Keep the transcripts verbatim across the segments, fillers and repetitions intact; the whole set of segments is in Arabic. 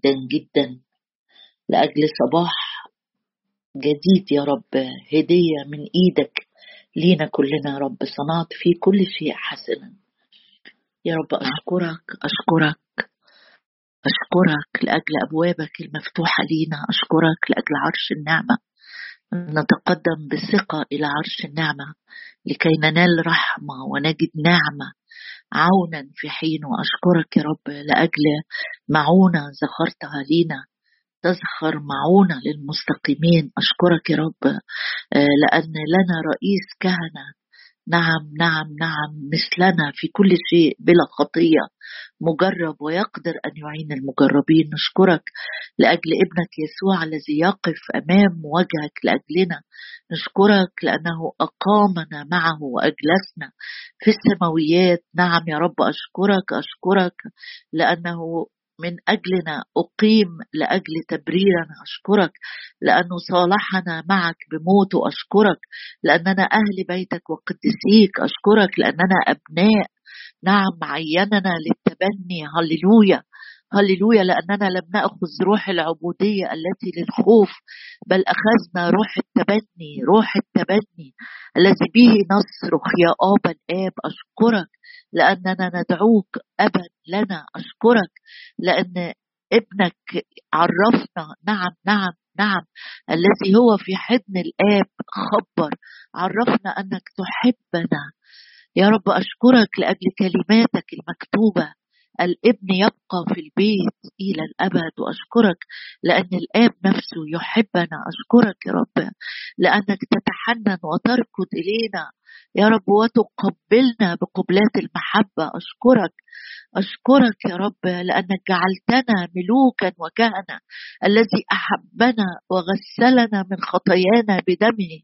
جدا جدا لأجل صباح جديد يا رب، هدية من إيدك لينا كلنا يا رب. صنعت فيه كل شيء حسنا يا رب. أشكرك أشكرك أشكرك لأجل أبوابك المفتوحة لينا. أشكرك لأجل عرش النعمة، نتقدم بثقة إلى عرش النعمة لكي ننال رحمة ونجد نعمة عونا في حين. وأشكرك يا رب لأجل معونة ذخرتها لينا، تزخر معونة للمستقيمين. أشكرك يا رب لأن لنا رئيس كهنة، نعم نعم نعم، مثلنا في كل شيء بلا خطية، مجرب ويقدر أن يعين المجربين. نشكرك لأجل ابنك يسوع الذي يقف أمام وجهك لأجلنا. نشكرك لأنه أقامنا معه وأجلسنا في السماويات. نعم يا رب، أشكرك أشكرك لأنه من أجلنا أقيم لأجل تبريرنا. أشكرك لأنه صالحنا معك بموت. أشكرك لأننا أهل بيتك وقدسيك. أشكرك لأننا أبناء، نعم عيننا للتبني. هللويا هللويا، لأننا لم نأخذ روح العبودية التي للخوف، بل أخذنا روح التبني، روح التبني الذي به نصرخ يا آبا الآب. أشكرك لأننا ندعوك أبا لنا. أشكرك لأن ابنك عرفنا، نعم نعم نعم، الذي هو في حضن الآب خبر عرفنا أنك تحبنا يا رب. أشكرك لأجل كلماتك المكتوبة، الابن يبقى في البيت إلى الأبد. وأشكرك لأن الآب نفسه يحبنا. أشكرك يا رب لأنك تتحنن وتركض إلينا يا رب وتقبلنا بقبلات المحبة. أشكرك أشكرك يا رب لأنك جعلتنا ملوكا وكهنة، الذي أحبنا وغسلنا من خطايانا بدمه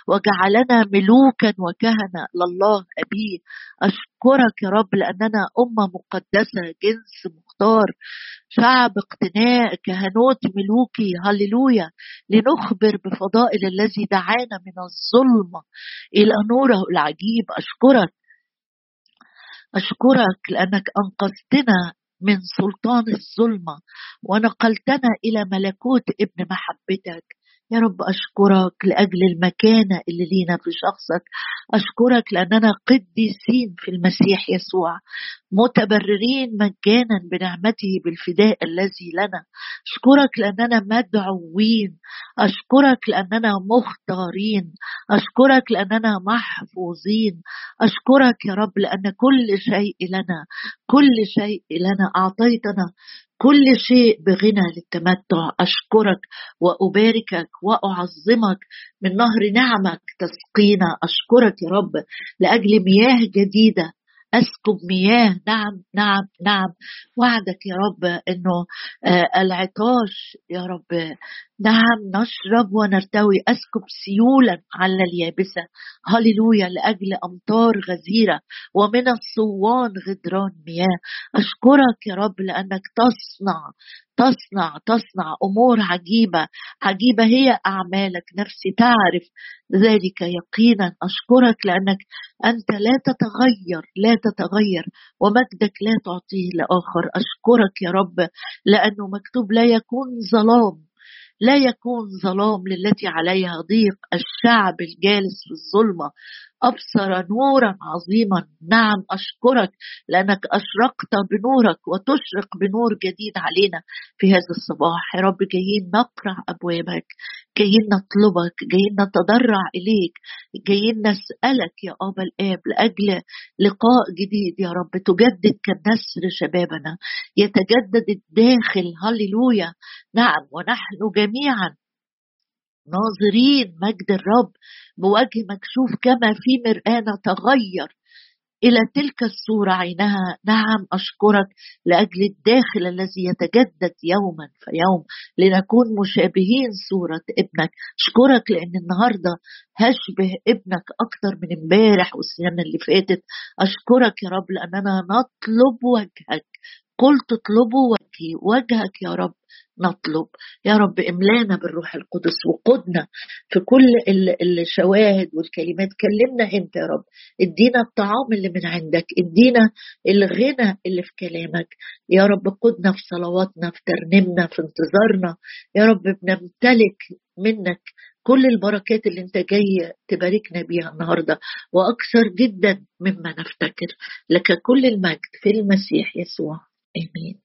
وجعلنا ملوكا وكهنة لله أبيه. أشكرك يا رب لأننا أمة مقدسة، جنس مختار، شعب اقتناء، كهنوت ملوكي. هللويا، لنخبر بفضائل الذي دعانا من الظلمة إلى نوره العجيب. أشكرك أشكرك لأنك أنقذتنا من سلطان الظلمة ونقلتنا إلى ملكوت ابن محبتك يا رب. أشكرك لأجل المكانة اللي لينا في شخصك. أشكرك لأننا قديسين في المسيح يسوع، متبررين مجانا بنعمته بالفداء الذي لنا. أشكرك لأننا مدعوين. أشكرك لأننا مختارين. أشكرك لأننا محفوظين. أشكرك يا رب لأن كل شيء لنا، كل شيء لنا، أعطيتنا كل شيء بغنى للتمتع. أشكرك وأباركك وأعظمك من نهر نعمك تسقينا. أشكرك يا رب لأجل مياه جديدة، أسكب مياه. نعم نعم نعم، وعدك يا رب أنه آه العطاش يا رب نعم نشرب ونرتوي. أسكب سيولا على اليابسة. هللويا، لأجل أمطار غزيرة ومن الصوان غدران مياه. أشكرك يا رب لأنك تصنع تصنع تصنع أمور عجيبة عجيبة هي أعمالك، نفسي تعرف ذلك يقينا. أشكرك لأنك أنت لا تتغير لا تتغير ومجدك لا تعطيه لآخر. أشكرك يا رب لأنه مكتوب لا يكون ظلام لا يكون ظلام للتي عليها ضيق. الشعب الجالس في الظلمة أبصر نورا عظيما. نعم أشكرك لأنك أشرقت بنورك وتشرق بنور جديد علينا في هذا الصباح يا رب. جايين نقرع أبوابك، جايين نطلبك، جايين نتضرع إليك، جايين نسألك يا أبا الآب لأجل لقاء جديد يا رب. تجدد كالنسر شبابنا، يتجدد الداخل. هللويا. نعم، ونحن جميعا ناظرين مجد الرب بوجه مكشوف كما في مرآة نتغير إلى تلك الصورة عينها. نعم أشكرك لأجل الداخل الذي يتجدد يوما فيوم لنكون مشابهين صورة ابنك. أشكرك لأن النهاردة هشبه ابنك أكتر من امبارح والسنة اللي فاتت. أشكرك يا رب لأننا نطلب وجهك قلت اطلبوا وجهي، وجهك يا رب نطلب. يا رب املانا بالروح القدس وقودنا في كل الشواهد والكلمات. كلمنا انت يا رب، ادينا الطعام اللي من عندك، ادينا الغنى اللي في كلامك يا رب. قودنا في صلواتنا، في ترنيمنا، في انتظارنا يا رب. بنمتلك منك كل البركات اللي انت جاي تباركنا بيها النهاردة واكثر جدا مما نفتكر. لك كل المجد في المسيح يسوع، امين.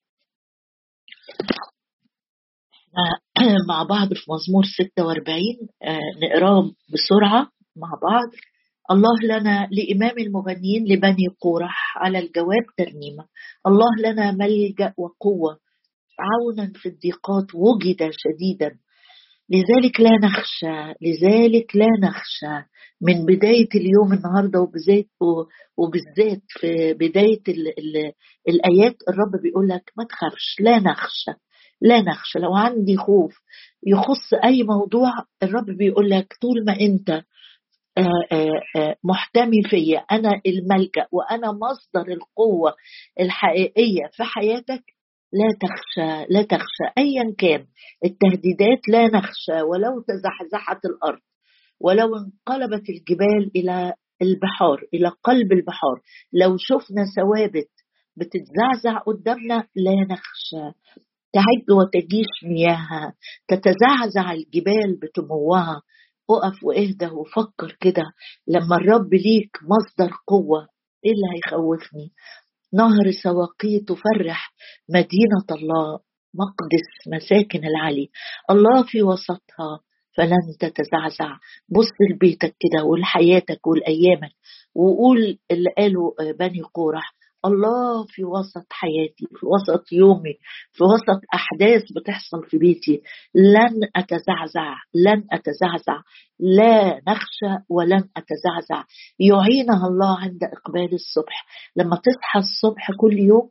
مع بعض في مزمور ستة وأربعين، نقراه بسرعة مع بعض. الله لنا لإمام المغنيين لبني قورح، على الجواب ترنيمة. الله لنا ملجأ وقوة، عونا في الضيقات وجد شديدا، لذلك لا نخشى، لذلك لا نخشى. من بداية اليوم النهاردة وبالذات وبالذات في بداية ال ال الآيات الرب بيقول لك ما تخافش، لا نخشى، لا نخشى. لو عندي خوف يخص أي موضوع، الرب بيقول لك طول ما أنت محتمي فيا، أنا الملجأ وأنا مصدر القوة الحقيقية في حياتك، لا تخشى، لا تخشى أيا كان التهديدات. لا نخشى ولو تزحزحت الأرض، ولو انقلبت الجبال إلى البحار، إلى قلب البحار، لو شفنا ثوابت بتتزعزع قدامنا لا نخشى. تعج وتجيش مياهها، تتزعزع الجبال بتموها. اقف واهدى وفكر كده، لما الرب ليك مصدر قوة ايه اللي هيخوفني؟ نهر سواقي تفرح مدينة الله، مقدس مساكن العلي، الله في وسطها فلن تتزعزع. بص لبيتك كده ولحياتك ولأيامك وقول اللي قاله بني قورح: الله في وسط حياتي، في وسط يومي، في وسط أحداث بتحصل في بيتي، لن أتزعزع، لن أتزعزع، لا نخشى ولن أتزعزع. يعينها الله عند إقبال الصبح. لما تصحى الصبح كل يوم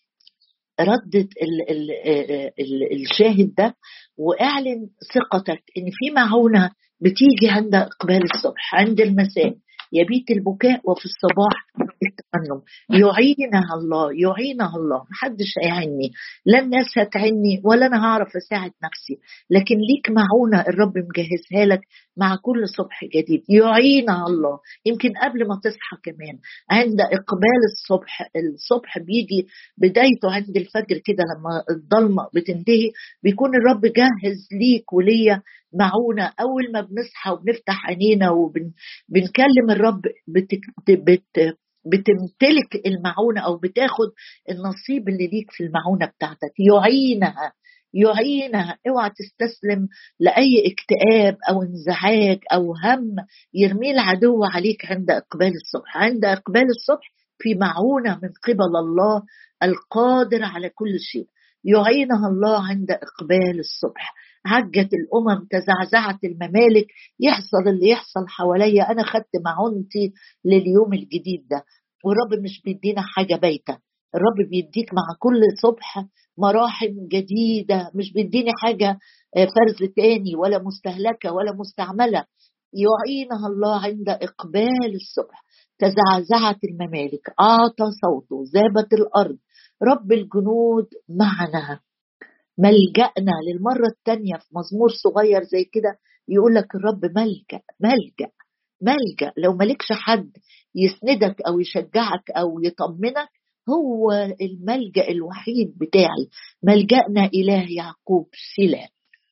ردد ال ال ال الشاهد ده واعلن ثقتك ان في معونة بتيجي عند إقبال الصبح. عند المساء يبيت البكاء وفي الصباح الترنم. يعينها الله، يعينها الله. محدش هيعني، لا الناس هتعني ولا انا هعرف اساعد نفسي، لكن ليك معونة الرب مجهزها لك مع كل صبح جديد. يعينها الله يمكن قبل ما تصحى كمان. عند إقبال الصبح، الصبح بيجي بدايته عند الفجر كده، لما الضلمة بتنتهي بيكون الرب جهز ليك وليا معونة. أول ما بنصحى وبنفتح عينينا وبنكلم الرب بت بت بتمتلك المعونة أو بتاخد النصيب اللي ليك في المعونة بتاعتك. يعينها، يعينها. اوعى تستسلم لأي اكتئاب أو انزعاج أو هم يرمي العدو عليك عند إقبال الصبح. عند إقبال الصبح في معونة من قبل الله القادر على كل شيء. يعينها الله عند إقبال الصبح. عجت الأمم، تزعزعت الممالك، يحصل اللي يحصل حواليا، أنا خدت معونتي لليوم الجديد ده. والرب مش بيدينا حاجة بايتة، الرب بيديك مع كل صبح مراحم جديدة، مش بيديني حاجة فرز تاني ولا مستهلكة ولا مستعملة. يعينها الله عند إقبال الصبح. تزعزعت الممالك، أعطى صوته، ذابت الأرض، رب الجنود معنا. ملجأنا للمرة التانية في مزمور صغير زي كده يقول لك الرب ملجأ، ملجأ، ملجأ. لو ملكش حد يسندك أو يشجعك أو يطمنك، هو الملجأ الوحيد بتاعي. ملجأنا إله يعقوب سلام.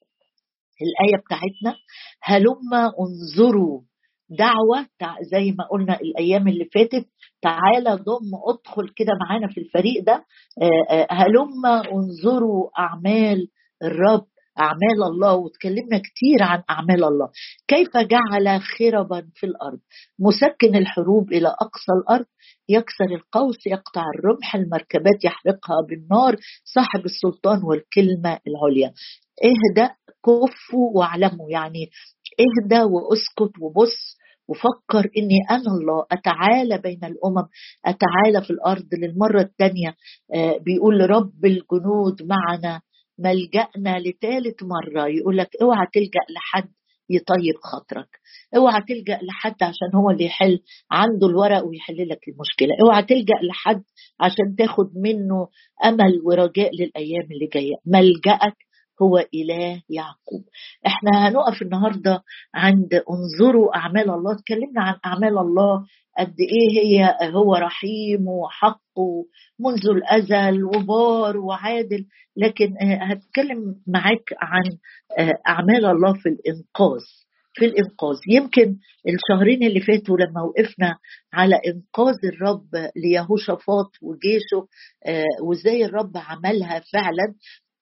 الآية بتاعتنا هلما انظروا، دعوة زي ما قلنا الأيام اللي فاتت. تعالى ضم ادخل كده معانا في الفريق ده. هلما انظروا أعمال الرب، أعمال الله. وتكلمنا كتير عن أعمال الله، كيف جعل خربا في الأرض، مسكن الحروب إلى أقصى الأرض، يكسر القوس، يقطع الرمح، المركبات يحرقها بالنار، صاحب السلطان والكلمة العليا. اهدأ، كفوا واعلموا. يعني اهدى واسكت وبص وفكر اني انا الله اتعالى بين الامم، اتعالى في الارض. للمرة الثانية بيقول رب الجنود معنا. ملجأنا لثالث مرة يقول لك اوعى تلجأ لحد يطيب خاطرك. اوعى تلجأ لحد عشان هو اللي يحل عنده الورق ويحل لك المشكلة. اوعى تلجأ لحد عشان تاخد منه أمل ورجاء للأيام اللي جاية. ملجأك هو إله يعقوب. احنا هنقف النهاردة عند انظروا أعمال الله. اتكلمنا عن أعمال الله قد إيه هي هو رحيم وحق منذ الأزل وبار وعادل، لكن هتكلم معاك عن أعمال الله في الإنقاذ. في الإنقاذ يمكن الشهرين اللي فاتوا لما وقفنا على إنقاذ الرب ليهوشافاط وجيشه وإزاي الرب عملها فعلا،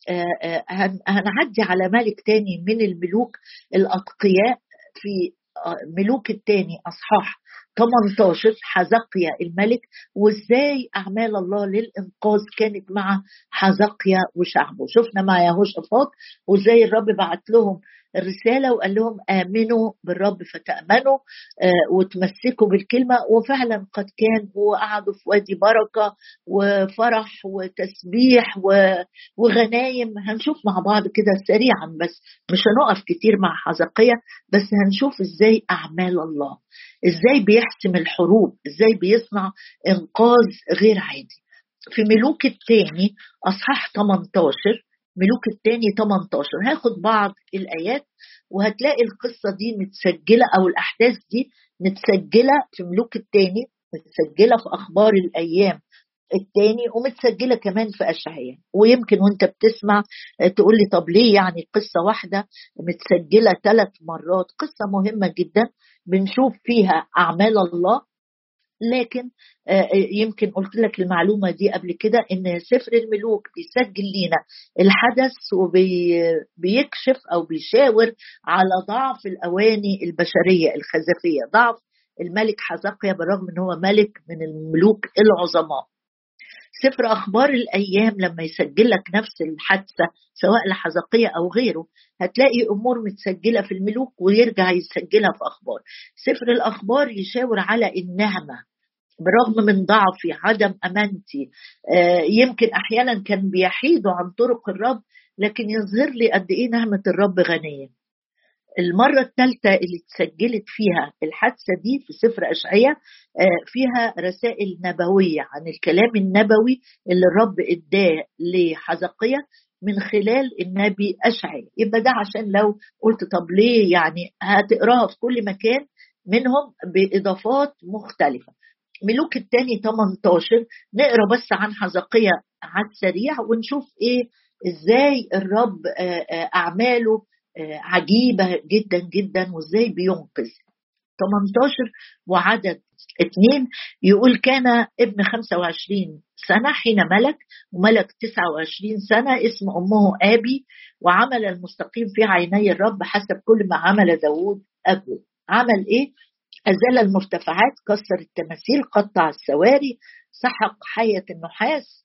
هنعدي على ملك تاني من الملوك الأتقياء في ملوك التاني أصحاح ثمانية عشر، حزقيا الملك، وإزاي أعمال الله للإنقاذ كانت مع حزقيا وشعبه. شفنا مع يهوشافاط وإزاي الرب بعت لهم الرسالة وقال لهم آمنوا بالرب فتأمنوا آه وتمسكوا بالكلمة، وفعلا قد كان، وقعدوا في وادي بركة وفرح وتسبيح وغنايم. هنشوف مع بعض كده سريعا، بس مش هنقف كتير مع حزقيا، بس هنشوف إزاي أعمال الله، إزاي بيحسم الحروب، إزاي بيصنع إنقاذ غير عادي. في ملوك الثاني أصحاح ثمانية عشر، ملوك الثاني ثمانية عشر، هاخد بعض الآيات وهتلاقي القصة دي متسجلة أو الأحداث دي متسجلة في ملوك الثاني، متسجلة في أخبار الأيام الثاني، ومتسجلة كمان في أشعياء. ويمكن وانت بتسمع تقول لي طب ليه يعني قصة واحدة متسجلة ثلاث مرات؟ قصة مهمة جدا بنشوف فيها أعمال الله. لكن يمكن قلت لك المعلومة دي قبل كده، إن سفر الملوك بيسجل لنا الحدث وبيكشف أو بيشاور على ضعف الأواني البشرية الخزفية، ضعف الملك حزقيا بالرغم إن هو ملك من الملوك العظماء. سفر أخبار الأيام لما يسجل لك نفس الحادثة سواء لحزقيا أو غيره، هتلاقي أمور متسجلة في الملوك ويرجع يسجلها في أخبار. سفر الأخبار يشاور على النعمة برغم من ضعفي، عدم أمانتي، آه يمكن أحيانا كان بيحيدوا عن طرق الرب، لكن يظهر لي قد إيه نعمة الرب غنية. المرة الثالثة اللي تسجلت فيها الحادثة دي في سفر أشعياء، فيها رسائل نبوية عن الكلام النبوي اللي الرب إداه لحزقيا من خلال النبي أشعياء. يبقى ده عشان لو قلت طب ليه يعني هتقراها في كل مكان منهم بإضافات مختلفة. ملوك الثاني ثمانية عشر نقرأ بس عن حزقيا على السريع ونشوف إيه إزاي الرب أعماله عجيبة جدا جدا وإزاي بينقذ. ثمانية عشر وعدد اثنين يقول كان ابن خمسة وعشرين سنة حين ملك، وملك تسعة وعشرين سنة، اسم أمه آبي، وعمل المستقيم في عيني الرب حسب كل ما عمل داود أبوه. عمل إيه؟ أزال المرتفعات، كسر التماثيل، قطع السواري، سحق حية النحاس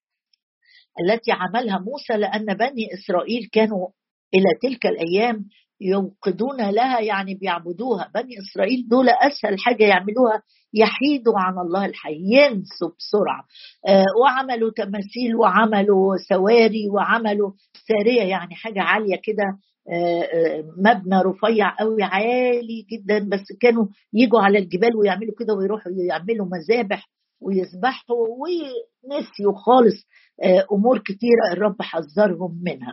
التي عملها موسى، لأن بني إسرائيل كانوا إلى تلك الأيام يوقدون لها، يعني بيعبدوها. بني إسرائيل دول أسهل حاجة يعملوها يحيدوا عن الله الحي، ينسوا بسرعة. آه وعملوا تماثيل وعملوا سواري وعملوا سارية، يعني حاجة عالية كده، آه آه مبنى رفيع قوي عالي جدا، بس كانوا يجوا على الجبال ويعملوا كده ويروحوا يعملوا مذابح ويسبحوا، ونسيوا خالص آه أمور كتيرة الرب حذرهم منها.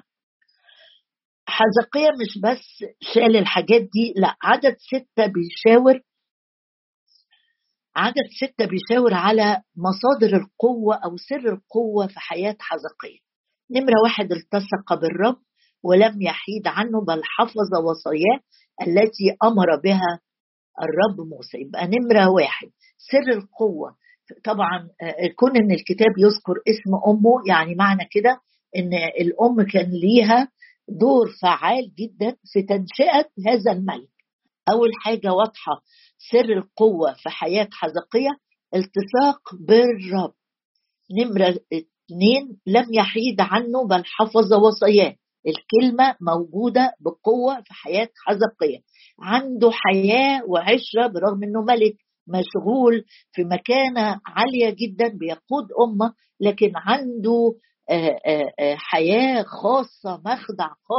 حزقيا مش بس شال الحاجات دي، لا، عدد ستة بيشاور عدد ستة بيشاور على مصادر القوة أو سر القوة في حياة حزقيا. نمرة واحد، التصق بالرب ولم يحيد عنه بل حفظ وصاياه التي أمر بها الرب موسى. يبقى نمرة واحد سر القوة. طبعا كون ان الكتاب يذكر اسم أمه يعني معنى كده ان الأم كان ليها دور فعال جدا في تنشئة هذا الملك. أول حاجة واضحة سر القوة في حياة حزقيا التصاق بالرب. نمرة اثنين لم يحيد عنه بل حفظ وصاياه. الكلمة موجودة بقوة في حياة حزقيا، عنده حياة وعشرة برغم أنه ملك مشغول في مكانة عالية جدا بيقود أمة، لكن عنده حياة خاصة، مخدع خاص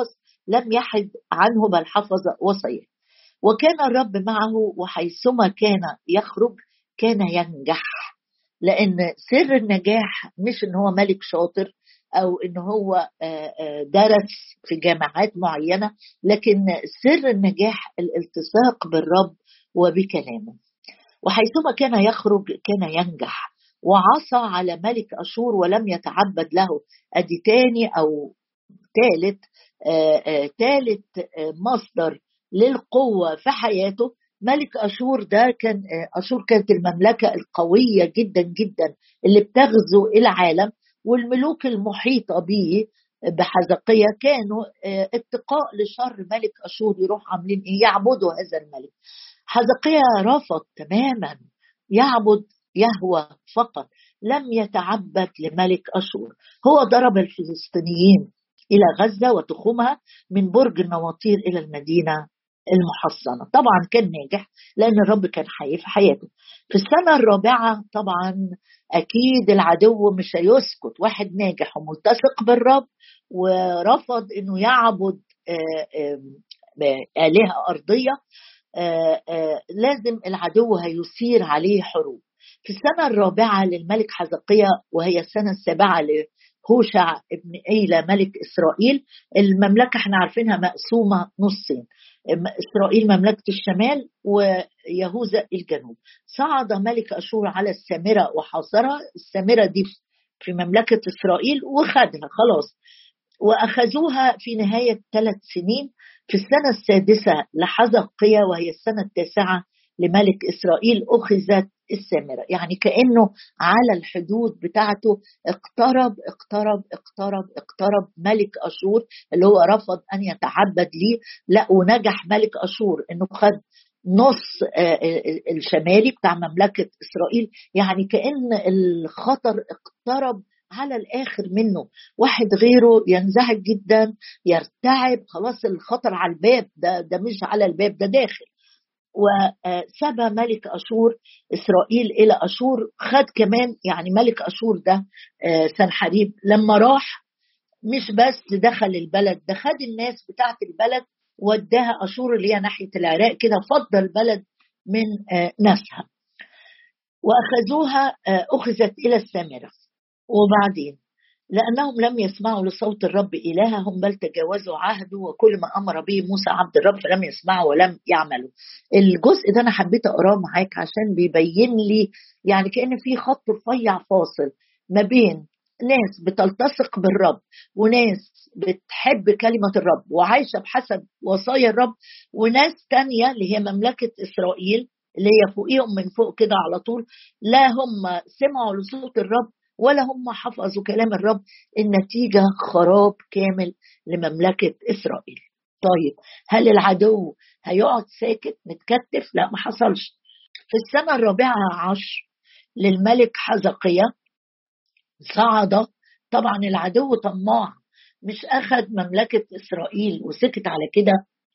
لم يحد عنه بل حفظ وصيه. وكان الرب معه، وحيثما كان يخرج كان ينجح. لأن سر النجاح مش إن هو ملك شاطر أو إن هو درس في جامعات معينة، لكن سر النجاح الالتصاق بالرب وبكلامه. وحيثما كان يخرج كان ينجح. وعصى على ملك أشور ولم يتعبد له. أدي تاني أو ثالث ثالث مصدر للقوة في حياته. ملك أشور ده كان أشور كانت المملكة القوية جدا جدا اللي بتغزو العالم، والملوك المحيطة به بحزقية كانوا اتقاء لشر ملك أشور يروح عاملين ايه؟ يعبدوا هذا الملك. حزقية رفض تماما يعبد يهوه فقط، لم يتعبد لملك أشور. هو ضرب الفلسطينيين إلى غزة وتخومها من برج النواطير إلى المدينة المحصنة. طبعا كان ناجح لأن الرب كان حي في حياته. في السنة الرابعة طبعا أكيد العدو مش هيسكت. واحد ناجح وملتصق بالرب ورفض أنه يعبد آلهة أرضية، لازم العدو هيثير عليه حروب. في السنة الرابعة للملك حزقية، وهي السنة السابعة هوشع ابن إيلا ملك إسرائيل. المملكة احنا عارفينها مقسومة نصين، إسرائيل مملكة الشمال ويهوذا الجنوب. صعد ملك أشور على السامرة وحاصرها. السامرة دي في مملكة إسرائيل وخدها خلاص، وأخذوها في نهاية ثلاث سنين. في السنة السادسة لحزقية وهي السنة التاسعة لملك إسرائيل أخذت السامرة. يعني كأنه على الحدود بتاعته اقترب اقترب اقترب اقترب ملك أشور اللي هو رفض أن يتعبد ليه. لا، ونجح ملك أشور أنه خد نص الشمالي بتاع مملكة إسرائيل. يعني كأن الخطر اقترب على الآخر منه. واحد غيره ينزعج جدا يرتعب، خلاص الخطر على الباب، ده, ده مش على الباب، ده داخل. وسبى ملك أشور إسرائيل إلى أشور. خد كمان يعني ملك أشور ده سنحريب لما راح مش بس دخل البلد، ده خد الناس بتاعت البلد وداها أشور اللي هي ناحية العراق كده، فضل البلد من ناسها وأخذوها. أخذت إلى السامرة. وبعدين لأنهم لم يسمعوا لصوت الرب إلههم بل تجاوزوا عهده وكل ما أمر به موسى عبد الرب فلم يسمعوا ولم يعملوا. الجزء ده أنا حبيت أقراه معاك عشان بيبين لي يعني كأن في خط رفيع فاصل ما بين ناس بتلتصق بالرب وناس بتحب كلمة الرب وعايشة بحسب وصايا الرب، وناس تانية اللي هي مملكة إسرائيل اللي هي فوقيهم من فوق كده على طول، لا هم سمعوا لصوت الرب ولا هم حفظوا كلام الرب. النتيجة خراب كامل لمملكة إسرائيل. طيب هل العدو هيقعد ساكت متكتف؟ لا، ما حصلش. في السنة الرابعة عشر للملك حزقية صعد. طبعا العدو طماع، مش أخذ مملكة إسرائيل وسكت على كده،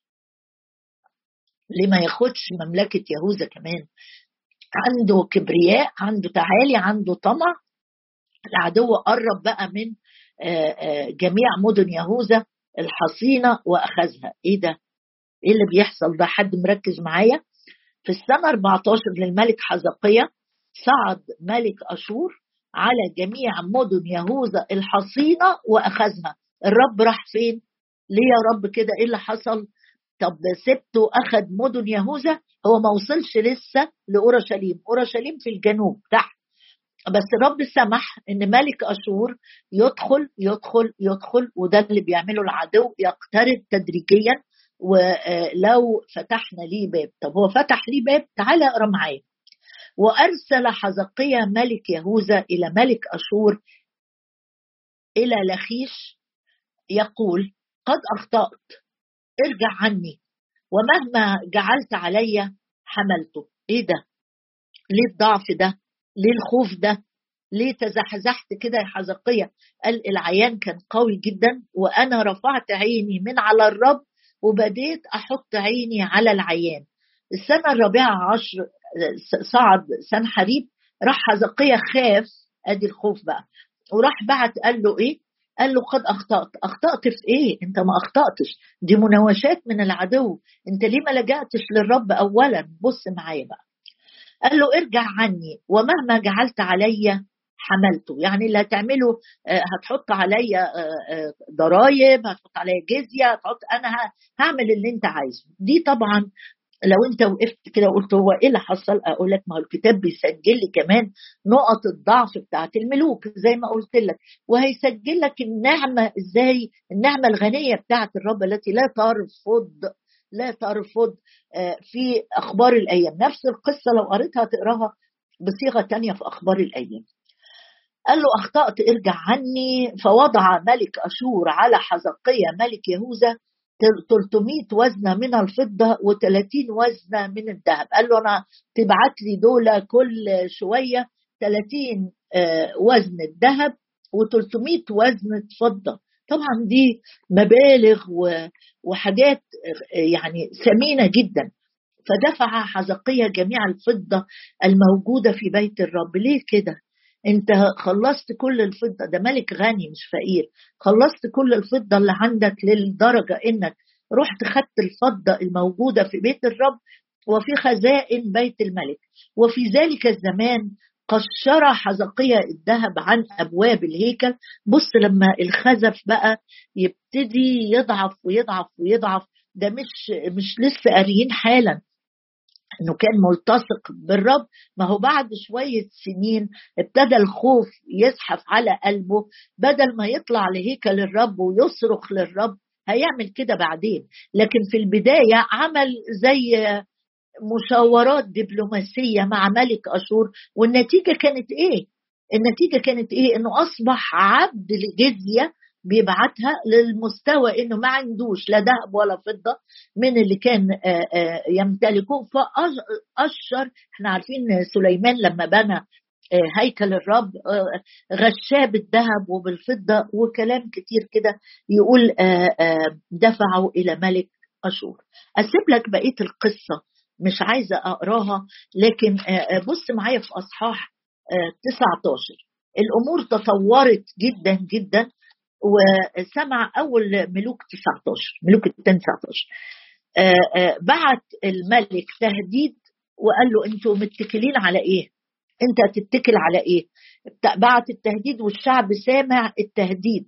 لما ياخدش مملكة يهوذا كمان؟ عنده كبرياء، عنده تعالي، عنده طمع. العدو قرب بقى من جميع مدن يهوذا الحصينة وأخذها. إيه ده؟ إيه اللي بيحصل ده؟ حد مركز معايا؟ في السنة أربعة عشر للملك حزقية صعد ملك أشور على جميع مدن يهوذا الحصينة وأخذها. الرب راح فين؟ ليه يا رب كده؟ إيه اللي حصل؟ طب سبته أخذ مدن يهوذا، هو ما وصلش لسه لأورشليم. أورشليم في الجنوب تحت، بس الرب سمح ان ملك أشور يدخل يدخل يدخل وده اللي بيعمله العدو، يقترب تدريجيا. ولو فتحنا ليه باب، طب هو فتح ليه باب؟ تعالى اقرا معايا. وارسل حزقية ملك يهوذا الى ملك أشور الى لخيش يقول قد اخطأت، ارجع عني، ومهما جعلت علي حملته. ايه ده؟ ليه الضعف ده؟ ليه الخوف ده؟ ليه تزحزحت كده يا حزقية؟ قال العيان كان قوي جدا وأنا رفعت عيني من على الرب وبديت أحط عيني على العيان. السنة الرابعة عشر صعد سنحريب، راح حزقية خاف، أدي الخوف بقى، وراح بعت قال له إيه؟ قال له قد أخطأت. أخطأت في إيه؟ أنت ما أخطأتش، دي مناوشات من العدو. أنت ليه ما لجأتش للرب أولا؟ بص معايا بقى. قال له ارجع عني، ومهما جعلت علي حملته. يعني اللي هتعمله هتحط عليا ضرائب، هتحط عليا جزية، هتحط، أنا هعمل اللي أنت عايزه. دي طبعا لو انت وقفت كده وقلت هو ايه اللي حصل، اقول لك ما هو الكتاب بيسجل لي كمان نقط الضعف بتاعت الملوك زي ما قلت لك، وهيسجل لك النعمه ازاي، النعمه الغنيه بتاعت الرب التي لا ترفض، لا ترفض. في اخبار الايام نفس القصه لو قريتها تقراها بصيغه تانية في اخبار الايام. قال له اخطأت ارجع عني. فوضع ملك اشور على حزقية ملك يهوذا ثلاثمائة وزنة من الفضة وثلاثين وزنة من الذهب. قال له أنا تبعت لي دولة كل شوية، ثلاثين وزن الذهب و300 وزن فضة. طبعا دي مبالغ وحاجات يعني ثمينة جدا. فدفع حزقية جميع الفضة الموجودة في بيت الرب. ليه كده؟ انت خلصت كل الفضة، ده ملك غني مش فقير، خلصت كل الفضة اللي عندك للدرجة انك رحت خدت الفضة الموجودة في بيت الرب وفي خزائن بيت الملك. وفي ذلك الزمان قشر حزقية الذهب عن أبواب الهيكل. بص لما الخزف بقى يبتدي يضعف ويضعف ويضعف، ده مش مش لسه قاريين حالا انه كان ملتصق بالرب، ما هو بعد شوية سنين ابتدى الخوف يزحف على قلبه، بدل ما يطلع لهيكل الرب ويصرخ للرب هيعمل كده بعدين. لكن في البداية عمل زي مشاورات دبلوماسية مع ملك أشور، والنتيجة كانت إيه؟ النتيجة كانت إيه؟ إنه أصبح عبد لجزية بيبعتها للمستوى إنه ما عندوش لا ذهب ولا فضة من اللي كان يمتلكه. فأشر، احنا عارفين سليمان لما بنى هيكل الرب غشاه بالذهب وبالفضة وكلام كتير كده يقول دفعوا إلى ملك أشور. أسيب لك بقية القصة مش عايزة أقراها، لكن بص معايا في أصحاح تسعة عشر الأمور تطورت جدا جدا. وسمع أول ملوك تسعة عشر ملوك التاني تسعة عشر بعت الملك تهديد وقال له أنتوا متكلين على إيه؟ أنت هتتكل على إيه؟ بعت التهديد والشعب سامع التهديد.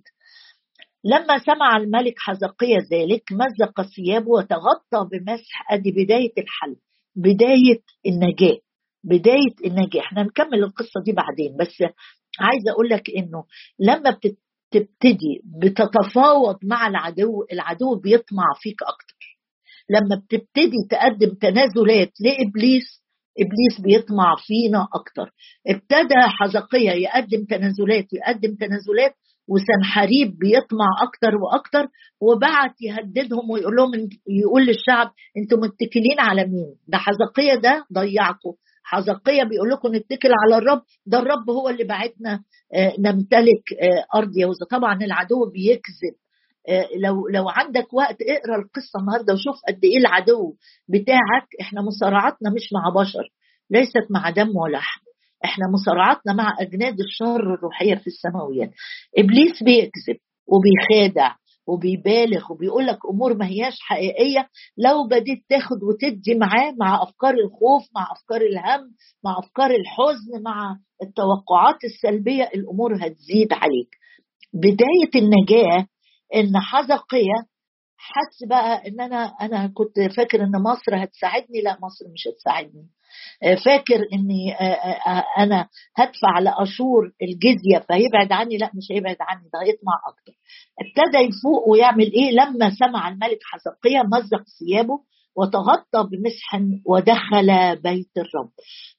لما سمع الملك حزقية ذلك مزق ثيابه وتغطى بمسح. ادي بداية الحل، بداية النجاة، بداية النجاة. احنا نكمل القصة دي بعدين، بس عايزة اقول لك انه لما بتبتدي بتتفاوض مع العدو، العدو بيطمع فيك اكتر. لما بتبتدي تقدم تنازلات لإبليس، إبليس بيطمع فينا أكتر. ابتدى حزقية يقدم تنازلات يقدم تنازلات وسنحريب بيطمع أكتر وأكتر، وبعت يهددهم ويقول لهم، يقول للشعب أنتم متكلين على مين؟ ده حزقية ده ضيعكم. حزقية بيقول لكم نتكل على الرب، ده الرب هو اللي بعتنا نمتلك أرض يهوذا. طبعا العدو بيكذب. لو لو عندك وقت اقرا القصه النهارده وشوف قد ايه العدو بتاعك. احنا مصارعتنا مش مع بشر، ليست مع دم ولحم، احنا مصارعتنا مع اجناد الشر الروحيه في السماويات. ابليس بيكذب وبيخادع وبيبالغ وبيقول لك امور ما هياش حقيقيه. لو بديت تاخد وتدي معاه، مع افكار الخوف، مع افكار الهم، مع افكار الحزن، مع التوقعات السلبيه، الامور هتزيد عليك. بدايه النجاه ان حزقية حس بقى ان انا انا كنت فاكر ان مصر هتساعدني، لا مصر مش هتساعدني. فاكر اني انا هدفع لاشور الجزيه فهيبعد عني، لا مش هيبعد عني، ده هيطمع اكتر. ابتدى يفوق ويعمل ايه؟ لما سمع الملك حزقية مزق ثيابه وتغطى بمسح ودخل بيت الرب.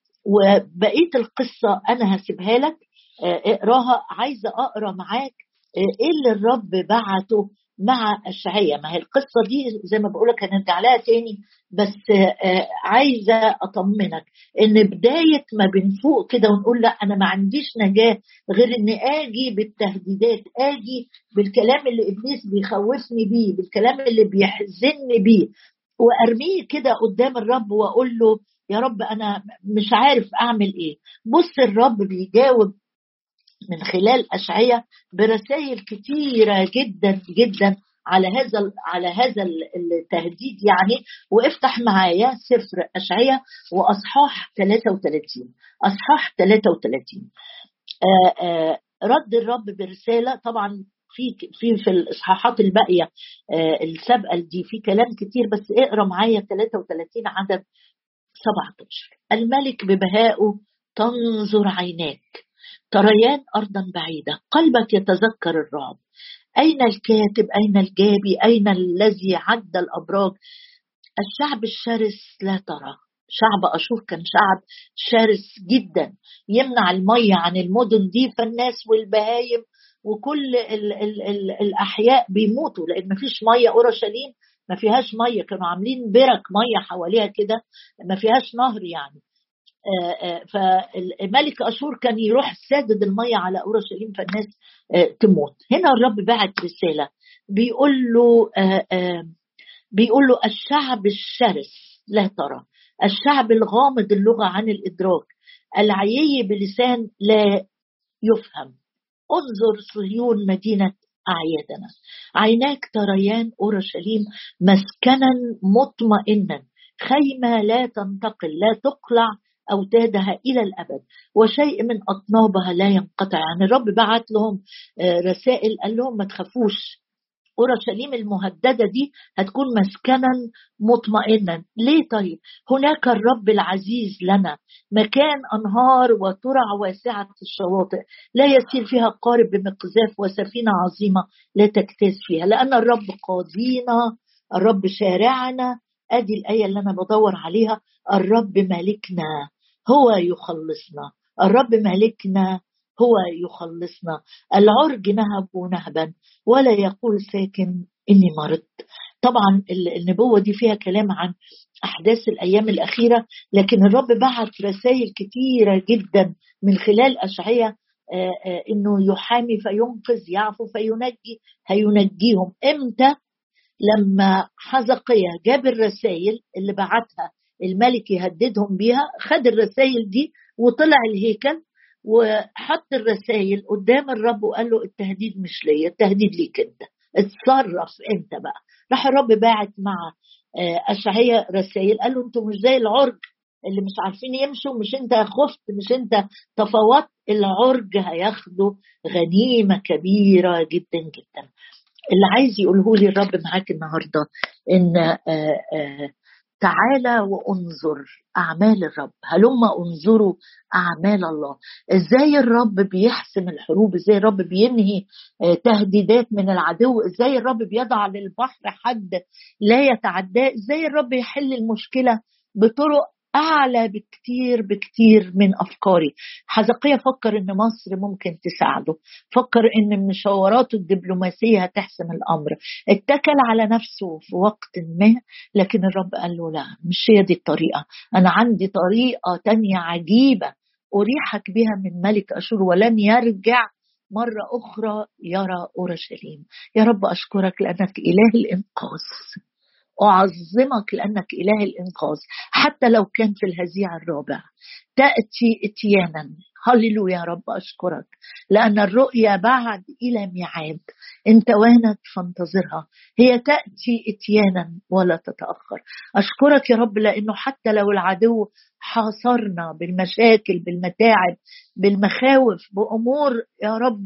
وبقيه القصه انا هسيبها لك اقراها. عايزه اقرا معاك ايه اللي الرب بعته مع أشعية. ما هي القصة دي زي ما بقولك هنرجع لها تاني، بس عايزة أطمنك إن بداية ما بنفوق كده ونقول لا أنا ما عنديش نجاة غير إن آجي بالتهديدات، آجي بالكلام اللي إبليس بيخوفني بيه، بالكلام اللي بيحزنني بيه، وأرميه كده قدام الرب وأقول له يا رب أنا مش عارف أعمل إيه. بص الرب بيجاوب من خلال أشعية برسائل كتيرة جدا جدا على هذا على هذا التهديد يعني. وافتح معايا سفر أشعية وأصحاح ثلاثة وثلاثين. أصحاح ثلاثة وثلاثين آآ آآ رد الرب برسالة. طبعا في في في الإصحاحات الباقية السابقة دي في كلام كتير، بس اقرأ معايا ثلاثة وثلاثين عدد سبعة عشر. الملك ببهائه تنظر عيناك، تريان أرضا بعيدة، قلبك يتذكر الرعب. أين الكاتب؟ أين الجابي؟ أين الذي عد الأبراج؟ الشعب الشرس لا ترى. شعب أشور كان شعب شرس جدا، يمنع المية عن المدن دي، فالناس والبهايم وكل ال ال ال الأحياء بيموتوا لأن مفيش مية. أورشليم ما فيهاش مية، كانوا عاملين برك مية حواليها كده، ما فيهاش نهر يعني. فالملك أشور كان يروح سادد المية على أورشليم فالناس تموت. هنا الرب بعت رسالة بيقول له بيقول له الشعب الشرس لا ترى، الشعب الغامض اللغة عن الإدراك، العيي بلسان لا يفهم. انظر صهيون مدينة أعيادنا، عيناك تريان أورشليم مسكنا مطمئنا، خيمة لا تنتقل لا تقلع أوتادها إلى الأبد، وشيء من أطنابها لا ينقطع. يعني الرب بعت لهم رسائل قال لهم ما تخافوش، أورشليم المهددة دي هتكون مسكنا مطمئنا. ليه؟ طيب هناك الرب العزيز لنا، مكان أنهار وترع واسعة الشواطئ لا يسير فيها قارب بمقذاف، وسفينة عظيمة لا تجتاز فيها، لأن الرب قاضينا، الرب شارعنا. أدي الآية اللي أنا بدور عليها، الرب مالكنا هو يخلصنا، الرب مالكنا هو يخلصنا. العرج نهب ونهبا ولا يقول ساكن إني مرضت. طبعا النبوة دي فيها كلام عن أحداث الأيام الأخيرة، لكن الرب بعت رسائل كتيرة جدا من خلال أشعية إنه يحامي فينقذ، يعفو فينجي، هينجيهم. إمتى؟ لما حزقيا جاب الرسائل اللي بعتها الملك يهددهم بيها، خد الرسائل دي وطلع الهيكل وحط الرسائل قدام الرب وقال له التهديد مش ليا، التهديد ليك انت، اتصرف انت بقى. راح الرب باعت مع أشعية رسائل قال له انتوا مش زي العرج اللي مش عارفين يمشوا، مش انت خفت، مش انت تفوت، العرج هياخدوا غنيمة كبيرة جدا جدا. اللي عايز يقوله لي الرب معاك النهاردة إن آآ آآ تعالى وانظر أعمال الرب، هلما انظروا أعمال الله. إزاي الرب بيحسم الحروب، إزاي الرب بينهي تهديدات من العدو، إزاي الرب بيضع للبحر حد لا يتعداه، إزاي الرب يحل المشكلة بطرق أعلى بكتير بكتير من أفكاري. حزقيا فكر إن مصر ممكن تساعده، فكر إن مشاوراته الدبلوماسية هتحسم الأمر، اتكل على نفسه في وقت ما، لكن الرب قال له لا، مش هي دي الطريقة، أنا عندي طريقة تانية عجيبة أريحك بها من ملك أشور ولن يرجع مرة أخرى يرى أورشليم. يا رب أشكرك لأنك إله الإنقاذ، أعظمك لأنك إله الإنقاذ. حتى لو كان في الهزيع الرابع تأتي إتيانا. هللويا يا رب أشكرك لأن الرؤيا بعد إلى ميعاد، انت وانت فانتظرها، هي تأتي إتيانا ولا تتأخر. أشكرك يا رب لأنه حتى لو العدو حاصرنا بالمشاكل بالمتاعب بالمخاوف بأمور يا رب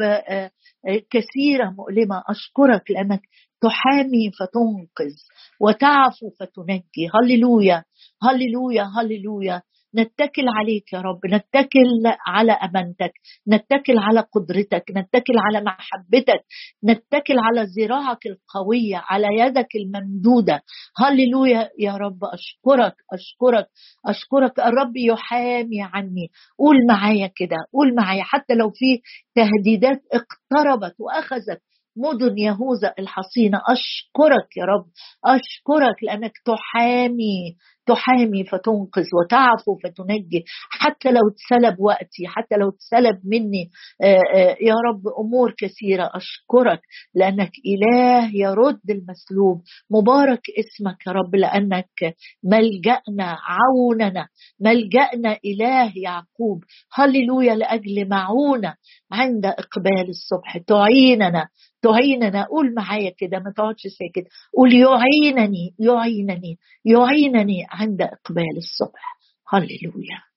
كثيرة مؤلمة، أشكرك لأنك تحامي فتنقذ وتعفو فتنجي. هللويا هللويا هللويا. نتكل عليك يا رب، نتكل على أمانتك، نتكل على قدرتك، نتكل على محبتك، نتكل على ذراعك القوية، على يدك الممدودة. هللويا يا رب أشكرك أشكرك أشكرك. الرب يحامي عني. قول معايا كده، قول معايا حتى لو في تهديدات اقتربت وأخذت مدن يهوذا الحصينة. أشكرك يا رب، أشكرك لأنك تحامي تحامي فتنقذ، وتعفو فتنجي. حتى لو تسلب وقتي، حتى لو تسلب مني يا رب أمور كثيرة، أشكرك لأنك إله يرد المسلوب. مبارك اسمك يا رب، لأنك ملجأنا عوننا، ملجأنا إله يعقوب. هللويا لأجل معونة عند إقبال الصبح، تعيننا تعيننا. قول معايا كده، ما تقعدش ساكت، قول يعينني يعينني يعينني عند إقبال الصبح. هللويا.